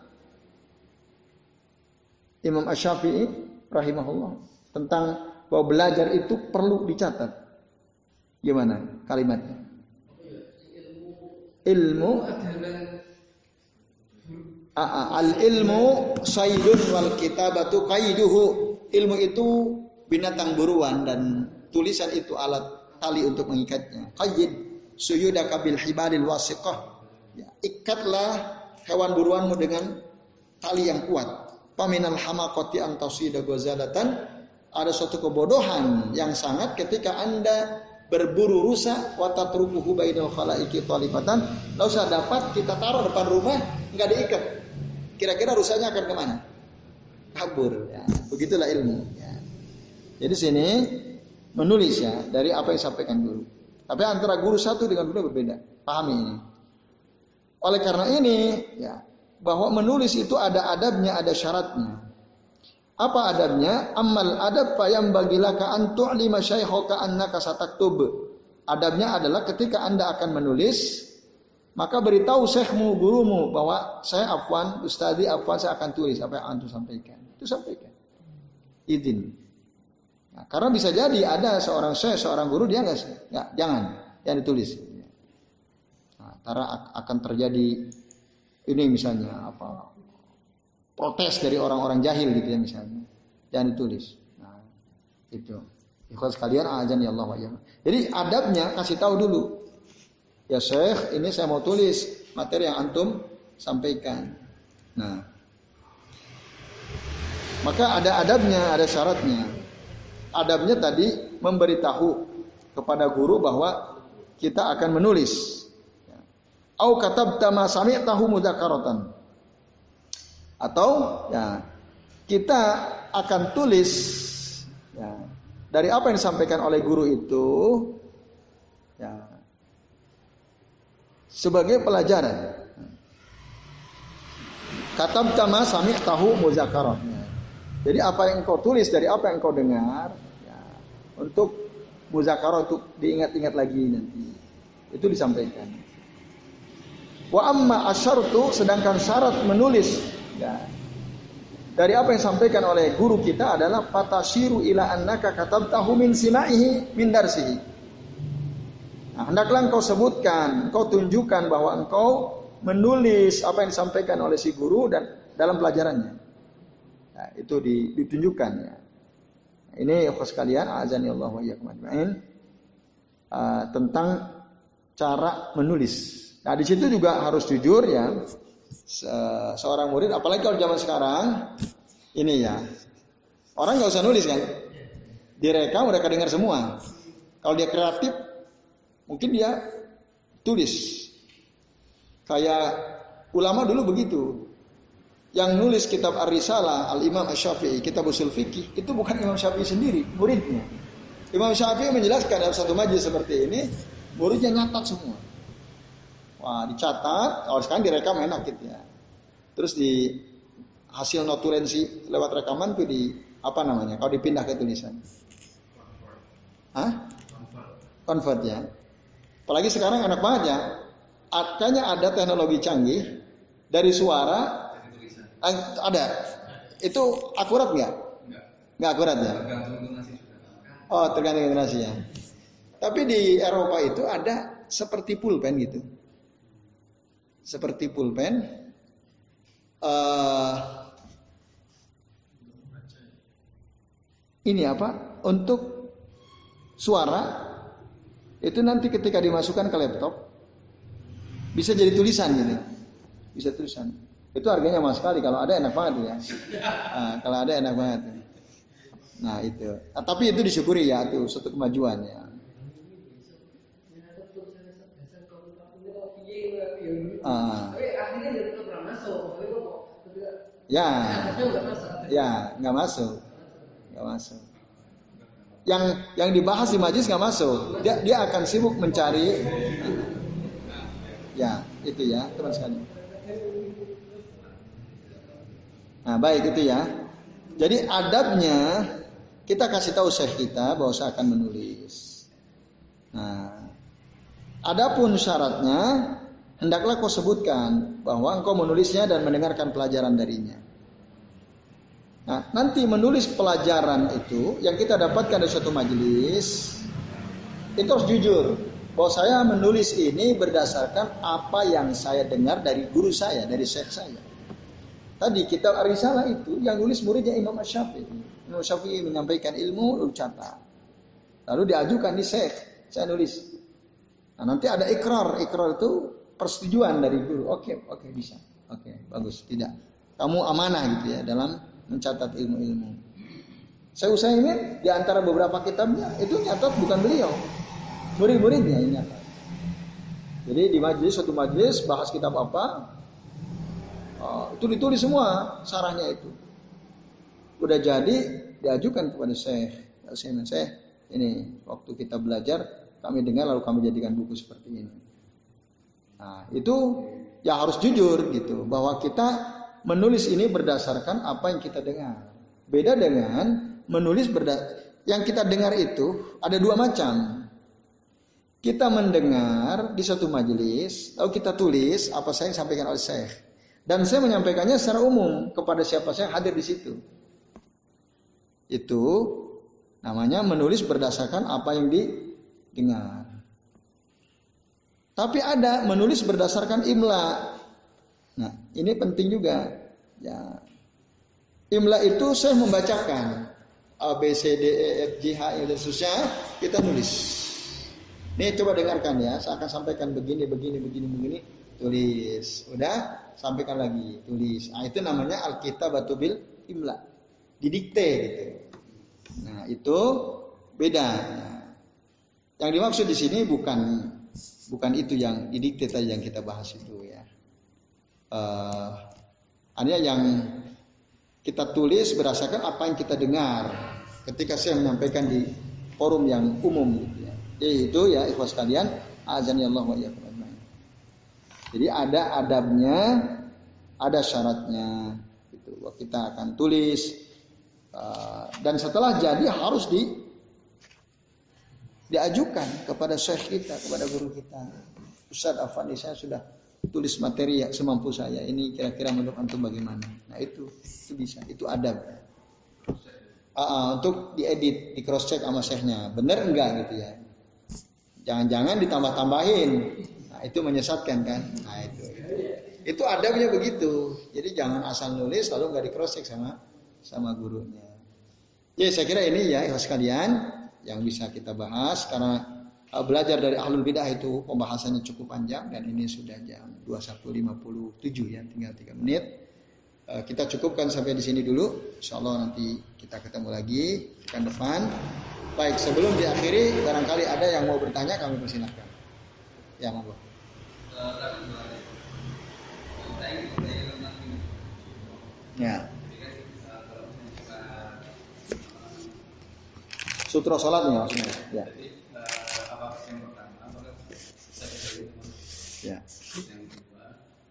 Imam Asy-Syafi'i rahimahullah tentang bahwa belajar itu perlu dicatat. Gimana kalimatnya? Ilmu al ilmu saydun wal kitabatu qaiduhu. Ilmu itu binatang buruan dan tulisan itu alat tali untuk mengikatnya. Qayyid suyudaka bil hibalil wasiqah. Ya, ikatlah hewan buruanmu dengan tali yang kuat. Paminal hamaqati an tasida ghazalatan. Ada suatu kebodohan yang sangat ketika Anda berburu rusa wa tatrukuhu bainal khalaiqi talifatan. Enggak usah dapat kita taruh depan rumah enggak diikat. Kira-kira rusanya akan kemana? Kabur. Ya, begitulah ilmu. Ya. Jadi sini menulis ya dari apa yang disampaikan guru. Tapi antara guru satu dengan guru berbeda. Pahami ini. Oleh karena ini ya bahwa menulis itu ada adabnya, ada syaratnya. Apa adabnya? Amal adab fayam bagilaka an tu'lima syaikhaka annaka sataktub. Adabnya adalah ketika Anda akan menulis, maka beritahu syekhmu, gurumu bahwa saya afwan, ustadi afwan, saya akan tulis apa yang antum sampaikan. Itu sampaikan. Izin. Nah, karena bisa jadi ada seorang syekh, seorang guru dia enggak, enggak jangan, jangan ditulis. Nah, karena akan terjadi ini misalnya apa? Protes dari orang-orang jahil gitu ya misalnya. Jangan ditulis. Nah, itu. Ikhlas sekalian, azan ya Allah wa iyyakum. Jadi adabnya kasih tahu dulu. Ya Syekh, ini saya mau tulis materi yang antum sampaikan. Nah, maka ada adabnya, ada syaratnya. Adabnya tadi memberitahu kepada guru bahwa kita akan menulis. Au katabta ma sami'tahu mudzakaratan. Atau ya kita akan tulis ya, dari apa yang disampaikan oleh guru itu ya sebagai pelajaran. Katabta ma sami'tahu mudzakaratan. Jadi apa yang engkau tulis dari apa yang engkau dengar ya, untuk muzakarah, untuk diingat-ingat lagi nanti. Itu disampaikan. Wa amma asyartu, sedangkan syarat menulis ya, dari apa yang disampaikan oleh guru kita adalah fatasiru ila annaka katabtahu min simaihi min darsihi. Nah, hendaklah engkau sebutkan, engkau tunjukkan bahwa engkau menulis apa yang disampaikan oleh si guru dan dalam pelajarannya. Nah, itu ditunjukkan ya. Ini ikhwas sekalian, azani Allah wa iyyakum ajmain, uh, tentang cara menulis. Nah, di situ juga harus jujur ya. Se- seorang murid, apalagi kalau zaman sekarang ini ya. Orang nggak usah nulis kan. Direkam udah kedengar semua. Kalau dia kreatif mungkin dia tulis. Kayak ulama dulu begitu. Yang nulis kitab Ar-Risalah Al-Imam Asy-Syafi'i, kitab usul fikih, itu bukan Imam Syafi'i sendiri, muridnya. Imam Syafi'i menjelaskan dalam satu majelis seperti ini, muridnya nyatat semua. Wah, dicatat, kalau sekarang direkam enak gitu ya. Terus di hasil notulensi lewat rekaman itu di apa namanya? Kalau dipindah ke tulisan. Hah? Convert ya. Apalagi sekarang enak banget ya. Kayaknya ada teknologi canggih dari suara ada. Itu akurat nggak? Nggak akurat ya. Oh, tergantung generasi ya. Tapi di Eropa itu ada seperti pulpen gitu. Seperti pulpen. Uh, ini apa? Untuk suara itu nanti ketika dimasukkan ke laptop bisa jadi tulisan gitu. Bisa tulisan. Itu harganya mahal sekali, kalau ada enak banget ya. Nah, kalau ada enak banget. Nah itu. Nah, tapi itu disyukuri ya, itu suatu kemajuan ya. Ah. Ya, ya nggak masuk. nggak masuk. Yang yang dibahas di majelis nggak masuk. Dia dia akan sibuk mencari. Ya, itu ya, teman sekalian. Nah, baik itu ya. Jadi adabnya kita kasih tahu syekh kita bahwa saya akan menulis. Nah, adapun syaratnya hendaklah kau sebutkan bahwa engkau menulisnya dan mendengarkan pelajaran darinya. Nah, nanti menulis pelajaran itu yang kita dapatkan dari suatu majelis itu harus jujur bahwa saya menulis ini berdasarkan apa yang saya dengar dari guru saya, dari syekh saya. Tadi kitab Ar-Risalah itu yang nulis muridnya Imam Syafi'i. Imam Syafi'i menyampaikan ilmu, lalu catat. Lalu diajukan di syekh, saya nulis. Nah, nanti ada ikrar, ikrar itu persetujuan dari guru. Oke, oke bisa. Oke, bagus. Tidak. Kamu amanah gitu ya dalam mencatat ilmu-ilmu. Saya Utsaimin di antara beberapa kitabnya itu nyatat bukan beliau. Murid-muridnya yang nyatat. Jadi di majelis, suatu majelis bahas kitab apa? Oh, itu ditulis semua sarahnya itu. Udah jadi diajukan kepada Syekh. Syekh, Syekh, ini waktu kita belajar kami dengar lalu kami jadikan buku seperti ini. Nah, itu ya harus jujur gitu bahwa kita menulis ini berdasarkan apa yang kita dengar. Beda dengan menulis berda- yang kita dengar itu ada dua macam. Kita mendengar di suatu majelis, lalu kita tulis apa saya yang sampaikan oleh Syekh. Dan saya menyampaikannya secara umum kepada siapa saya hadir di situ. Itu namanya menulis berdasarkan apa yang didengar. Tapi ada menulis berdasarkan imla. Nah, ini penting juga. Ya. Imla itu saya membacakan A B C D E F G H I dan seterusnya kita nulis. Nih coba dengarkan ya, saya akan sampaikan begini begini begini begini. Tulis, udah sampaikan lagi, tulis. Nah, itu namanya Alkitabatu bil imla, didikte gitu. Nah, itu beda. Nah, yang dimaksud di sini bukan bukan itu yang didikte tadi yang kita bahas itu ya. Uh, hanya yang kita tulis berdasarkan apa yang kita dengar ketika saya menyampaikan di forum yang umum gitu ya. Jadi itu ya ikhwas sekalian, azanillahu wa iyyakum. Jadi ada adabnya, ada syaratnya. Gitu. Kita akan tulis uh, dan setelah jadi harus di diajukan kepada syekh kita, kepada guru kita. Ustaz Afandi, saya sudah tulis materi ya semampu saya. Ini kira-kira menurut antum bagaimana? Nah itu, itu bisa, itu adab. Uh, uh, untuk diedit, di cross check sama syekhnya, benar enggak gitu ya? Jangan-jangan ditambah-tambahin. Nah, itu menyesatkan kan? Nah, itu. Itu adabnya begitu. Jadi jangan asal nulis lalu nggak di cross check sama sama gurunya. Ya, saya kira ini ya ikhlas sekalian yang bisa kita bahas karena uh, belajar dari ahlul bidah itu pembahasannya cukup panjang dan ini sudah jam dua puluh satu lima puluh tujuh ya, tinggal tiga menit. Uh, kita cukupkan sampai di sini dulu. Insyaallah nanti kita ketemu lagi pekan depan. Baik, sebelum diakhiri barangkali ada yang mau bertanya kami persilahkan. Ya, monggo. Ya. Sutra sholatnya maksudnya. Ya. Apa yang pertama? Ya. Yang kedua,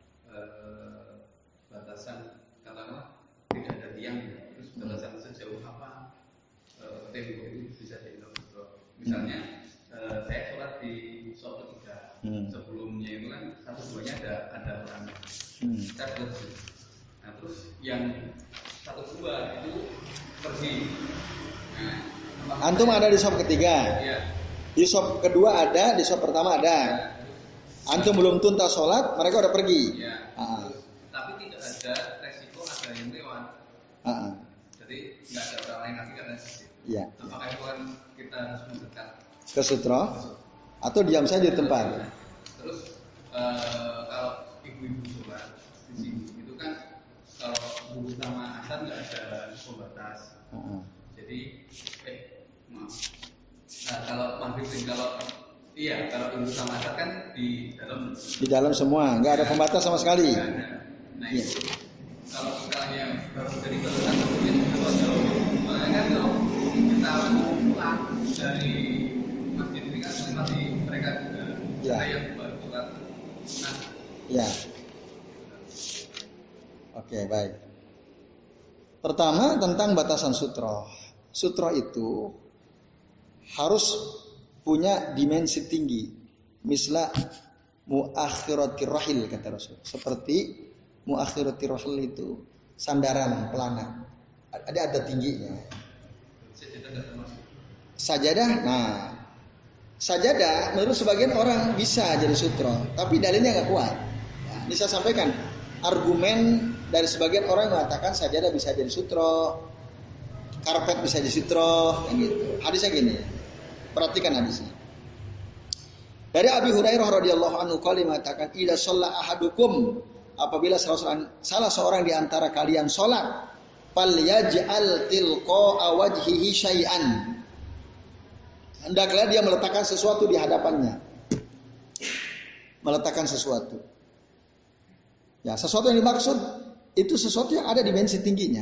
batasan katakanlah tidak ada tiang, terus batasan sejauh apa tembok itu bisa dihitung. Misalnya saya sholat di shop ketiga. Hmm. Sebelumnya itu kan satu duanya ada ada orang. Hmm. Nah terus yang satu dua itu pergi. Nah, antum ada di shop ketiga. Iya. Di shop kedua ada, di shop pertama ada. Ya. Antum belum tuntas sholat, mereka udah pergi. Iya. Ah. Tapi tidak ada resiko ada yang lewat. Ah. Jadi nggak ada orang lain lagi kan resiko. Iya. Apakah itu kan kita harus mendekat ke sutra atau diam saja di tempat? Terus uh, kalau ibu-ibu sholat di sini itu kan kalau buku sama asar nggak ada pembatas. Uh-huh. Jadi eh maaf. Nah kalau maghrib kalau iya kalau ibu sama asar kan di dalam di dalam semua nggak ada pembatas sama sekali. Nah itu yeah. Kalau misalnya baru dari batasan mungkin kalau jauh, kan kalau dari masjid ini kan masih mereka juga ya. ada yang buat sholat sunnah. Ya. Oke, baik. Pertama tentang batasan sutroh. Sutroh itu harus punya dimensi tinggi. Mislah muakhiratir rahil kata Rasul. Seperti muakhiratir rahil itu sandaran pelana. Ada ada tingginya. Sajadah, nah sajadah menurut sebagian orang bisa jadi sutroh, tapi dalilnya nggak kuat. Nah, ini saya sampaikan argumen dari sebagian orang mengatakan sajadah bisa jadi sutroh, karpet bisa jadi sutroh, gitu. Hadisnya gini, perhatikan hadisnya. Dari Abi Hurairah radhiyallahu anhu qali mengatakan, "Idza shalla ahadukum," apabila salah seorang di antara kalian salat, falyaj'al tilqa'a wajhihi syai'an. Hendaklah dia meletakkan sesuatu di hadapannya. Meletakkan sesuatu. Ya, sesuatu yang dimaksud itu sesuatu yang ada dimensi tingginya.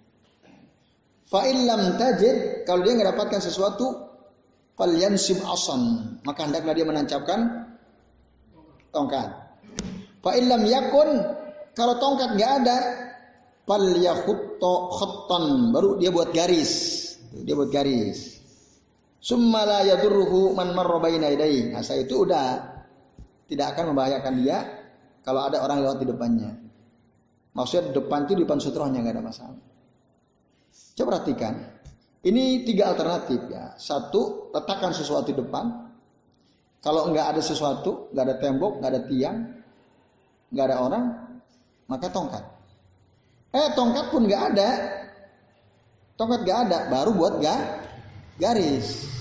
Fa in lam tajid, kalau dia enggak dapatkan sesuatu, falyansib asan, maka hendaklah dia menancapkan tongkat. Fa in lam yakun, kalau tongkat enggak ada, falyahutta khattan, baru dia buat garis. Dia buat garis. Summa la yadurruhu man marra baina yadayhi. Nah, saya itu udah tidak akan membahayakan dia kalau ada orang lewat di depannya. Maksudnya di depan itu di depan sutrohnya enggak ada masalah. Coba perhatikan. Ini tiga alternatif ya. Satu, letakkan sesuatu di depan. Kalau enggak ada sesuatu, enggak ada tembok, enggak ada tiang, enggak ada orang, maka tongkat. Eh, tongkat pun enggak ada. Tongkat enggak ada, baru buat ga, garis.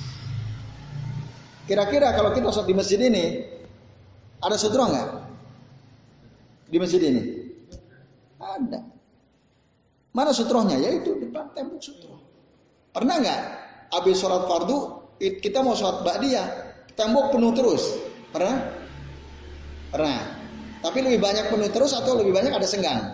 Kira-kira kalau kita sholat di masjid ini, ada sutroh enggak? Di masjid ini? Ada. Mana sutrohnya? Yaitu depan tembok sutroh. Pernah enggak? Habis sholat fardu, kita mau sholat ba'diyah, tembok penuh terus. Pernah? Pernah. Tapi lebih banyak penuh terus atau lebih banyak ada senggang?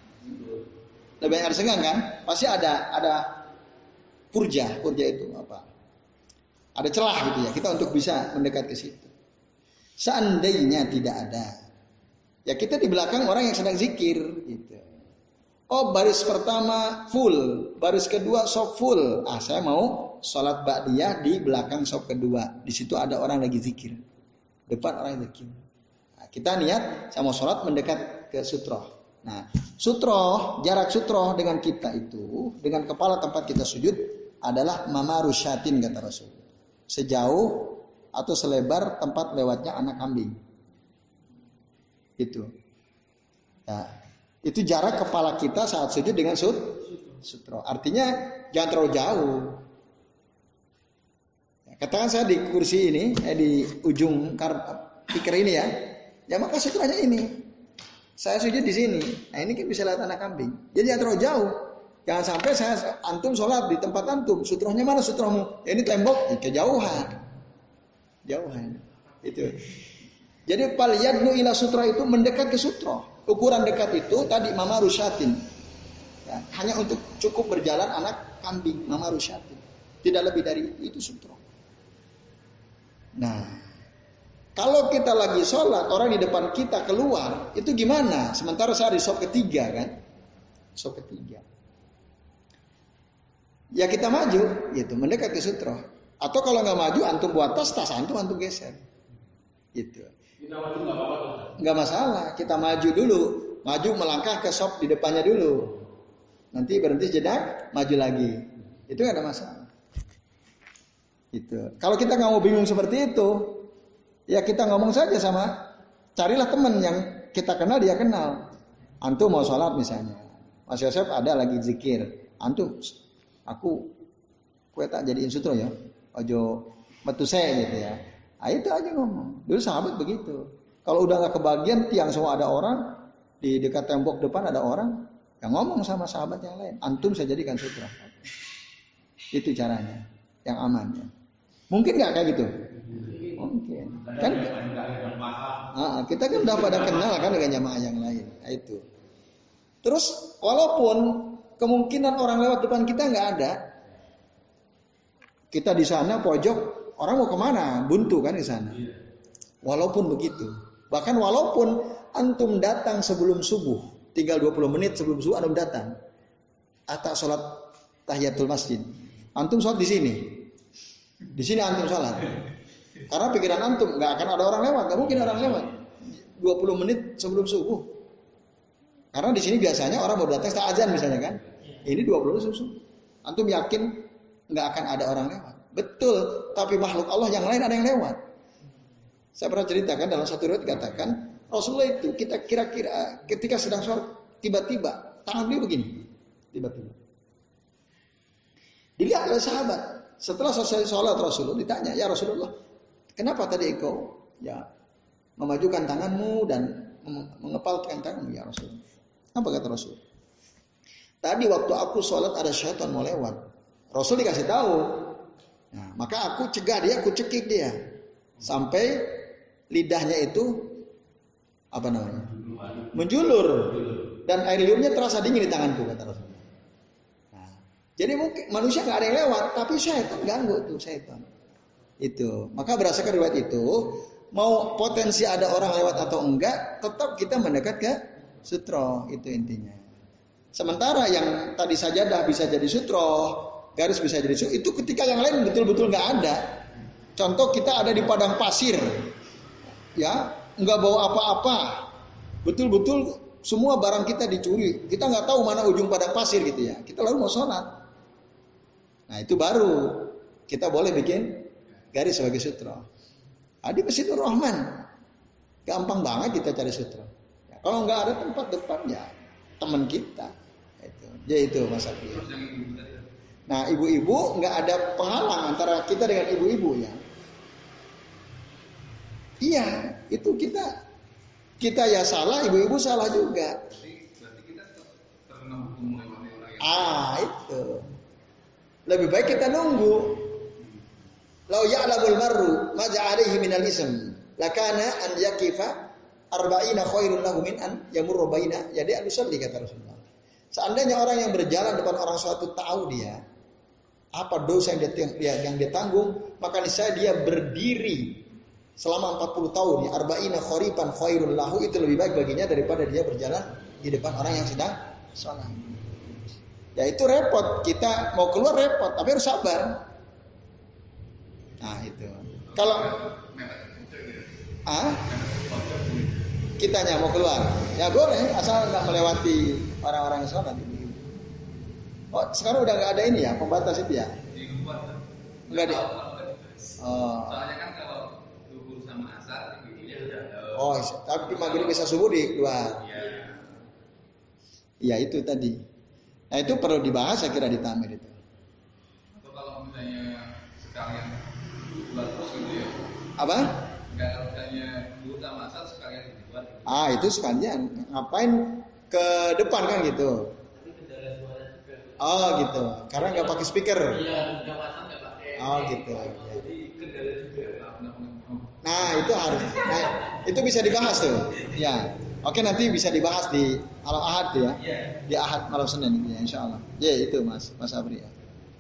Lebih banyak ada senggang kan? Pasti ada ada purja, purja itu apa? Ada celah gitu ya, kita untuk bisa mendekat ke situ. Seandainya tidak ada, ya kita di belakang orang yang sedang zikir gitu. Oh, baris pertama full, baris kedua sop full. Ah, saya mau sholat ba'diyah di belakang sop kedua. Di situ ada orang lagi zikir, depan orang yang zikir. Nah, kita niat, saya mau sholat mendekat ke sutroh. Nah, sutroh, jarak sutroh dengan kita itu, dengan kepala tempat kita sujud adalah mamarusyatin kata Rasul. Sejauh atau selebar tempat lewatnya anak kambing. Itu. Nah, itu jarak kepala kita saat sujud dengan sut, sutroh. Artinya jangan terlalu jauh. Ya, katakan saya di kursi ini, eh, di ujung tikar ini ya, ya maka sutrohnya ini. Saya sujud di sini. Nah ini kan bisa lihat anak kambing. Jadi jangan terlalu jauh. Jangan sampai saya antum sholat di tempat antum. Sutrohnya mana sutrohmu? Ya, ini tembok. Ya, kejauhan. Jauhan. Itu. Jadi pal yadnu ila sutroh itu mendekat ke sutroh. Ukuran dekat itu tadi mama rusyatin. Ya, hanya untuk cukup berjalan anak kambing mama rusyatin. Tidak lebih dari itu sutroh. Nah, kalau kita lagi sholat, orang di depan kita keluar, itu gimana? Sementara saya di sop ketiga kan, sop ketiga. Ya kita maju, gitu, mendekat ke sutroh. Atau kalau nggak maju, antum buat tas, tas antum antum geser, gitu. Kita maju nggak apa-apa. Nggak masalah, kita maju dulu, maju melangkah ke sop di depannya dulu. Nanti berhenti jedak, maju lagi, itu nggak ada masalah. Gitu. Kalau kita nggak mau bingung seperti itu, ya kita ngomong saja sama, carilah teman yang kita kenal dia kenal. Antum mau sholat misalnya, Mas Yosef ada lagi zikir, antum, aku kue tak jadiin sutroh ya, ojo metu saya gitu ya. Nah, itu aja ngomong. Dulu sahabat begitu. Kalau udah nggak kebagian tiang semua ada orang, di dekat tembok depan ada orang, yang ngomong sama sahabat yang lain, antum saya jadikan sutroh. Itu caranya, yang aman ya. Mungkin nggak kayak gitu? Mungkin. Kan nah, kita kan udah pada kenal kan dengan jamaah yang lain. Nah, itu. Terus walaupun kemungkinan orang lewat depan kita nggak ada, Kita di sana pojok, orang mau kemana? Buntu kan di sana. Walaupun begitu, bahkan walaupun antum datang sebelum subuh, tinggal dua puluh menit sebelum subuh antum datang, atau sholat tahiyatul masjid, antum sholat di sini, di sini antum sholat, karena pikiran antum nggak akan ada orang lewat, nggak mungkin orang lewat, dua puluh menit sebelum subuh, karena di sini biasanya orang baru datang setelah azan misalnya kan, ini dua puluh menit sebelum subuh, antum yakin nggak akan ada orang lewat, betul, tapi makhluk Allah yang lain ada yang lewat. Saya pernah ceritakan dalam satu riwayat dikatakan Rasulullah itu kita kira-kira ketika sedang sholat tiba-tiba tangan beliau begini, tiba-tiba dilihat oleh sahabat. Setelah selesai sholat Rasulullah ditanya, ya Rasulullah, kenapa tadi engkau ya memajukan tanganmu dan mengepalkan tanganmu ya Rasulullah? Apa kata Rasul? Tadi waktu aku sholat ada syaitan mau lewat. Rasul dikasih tahu. Nah, maka aku cegah dia, aku cekik dia sampai lidahnya itu apa namanya? Menjulur dan air liurnya terasa dingin di tanganku kata Rasulullah. Nah, jadi mungkin manusia nggak ada yang lewat, tapi syaitan ganggu tuh syaitan. Itu. Maka berdasarkan riwayat itu, mau potensi ada orang lewat atau enggak, tetap kita mendekat ke sutro, itu intinya. Sementara yang tadi sajadah bisa jadi sutro, garis bisa jadi sutro, itu ketika yang lain betul-betul nggak ada. Contoh kita ada di padang pasir. Ya, nggak bawa apa-apa, betul-betul semua barang kita dicuri, kita nggak tahu mana ujung padang pasir gitu ya, kita lalu mau sholat, nah itu baru kita boleh bikin garis sebagai sutra. Adi Masjidur Rahman, gampang banget kita cari sutra. Ya, kalau nggak ada tempat depan ya teman kita, itu, ya itu Mas Abi. Nah ibu-ibu nggak ada penghalang antara kita dengan ibu-ibu ya. Iya, itu kita kita ya salah, ibu-ibu salah juga. Berarti kita terkena hukum lewat orang yang. Ah, itu. Lebih baik kita nunggu. Lau ya'lamul marru ma ja'alaihi minal ism, lakana an yakifa arba'ina khairun lahu min an yamurru baina yadi al-usalli kata Rasulullah. Seandainya orang yang berjalan depan orang suatu tahu dia apa dosa yang dia yang dia tanggung, maka niscaya dia berdiri selama empat puluh tahun, ya arba'ina kharipan khairul lahu, itu lebih baik baginya daripada dia berjalan di depan orang yang sedang sholat. Ya itu repot, kita mau keluar repot, tapi harus sabar. Nah itu. Kalau ah kitanya mau keluar, ya boleh, asal nggak melewati orang-orang yang sholat. Oh sekarang udah nggak ada ini ya, pembatas itu ya? Enggak deh. Oh. Soalnya kan kalau zuhur sama asar ini udah. Oh, tapi maghrib bisa subuh di luar. Iya. Iya itu tadi. Nah itu perlu dibahas saya kira di Tamir itu. Atau kalau misalnya sekalian buat terus gitu ya. Apa? Enggak misalnya zuhur sama asar sekalian dibuat. Gitu. Ah itu sekalian. Ngapain ke depan kan gitu? Oh gitu. Karena nggak pakai speaker. Iya, nggak pasang nggak pakai. Oh gitu. Jadi kendala juga. Nah itu harus, nah, itu bisa dibahas tuh, ya. Oke nanti bisa dibahas di al ahad ya, di ahad malam Senin ya Insya Allah. Ya itu Mas, Mas Abri ya.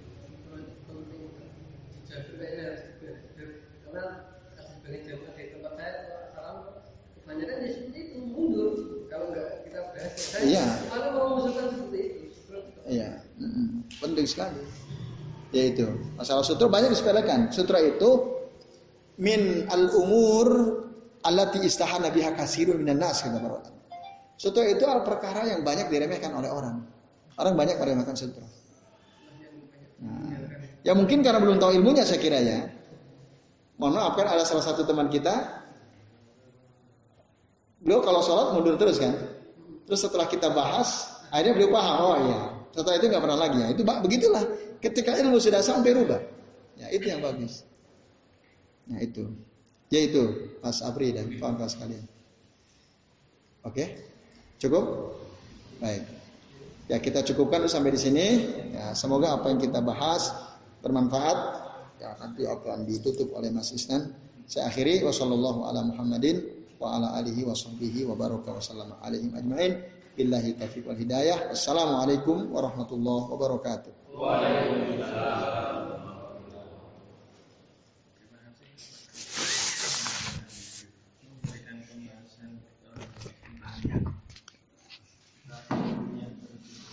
Karena sebagai jamaah di tempat saya salam kebanyakan ya seperti itu mundur kalau nggak kita bahas. Iya. Kalau mau mengusulkan seperti itu. Iya, penting sekali. Ya itu masalah sutra banyak disepelekan. Sutra itu min al-umur allati istahana biha katsirun minan nas kata para ulama. Sutra itu al perkara yang banyak diremehkan oleh orang. Orang banyak meremehkan sutra. Nah, ya mungkin karena belum tahu ilmunya saya kira ya. Mohon maaf kan ada salah satu teman kita, beliau kalau sholat mundur terus kan. Terus setelah kita bahas, akhirnya beliau paham, oh iya. Setelah itu nggak pernah lagi ya. Itu begitulah. Ketika ilmu sudah sampai rubah. Ya itu yang bagus. Nah itu, ya itu Mas Apri dan kawan-kawan sekalian. Oke, cukup? Baik. Ya kita cukupkan sampai di sini. Ya semoga apa yang kita bahas bermanfaat. Ya nanti akan ditutup oleh Mas Isnan. Saya akhiri. Wassallallahu ala Muhammadin wa ala alihi wa sahbihi wa baraka wa sallama alaihim ajma'in. Billahi taufiq wal hidayah. Wassalamualaikum warahmatullahi wabarakatuh. Waalaikumsalam.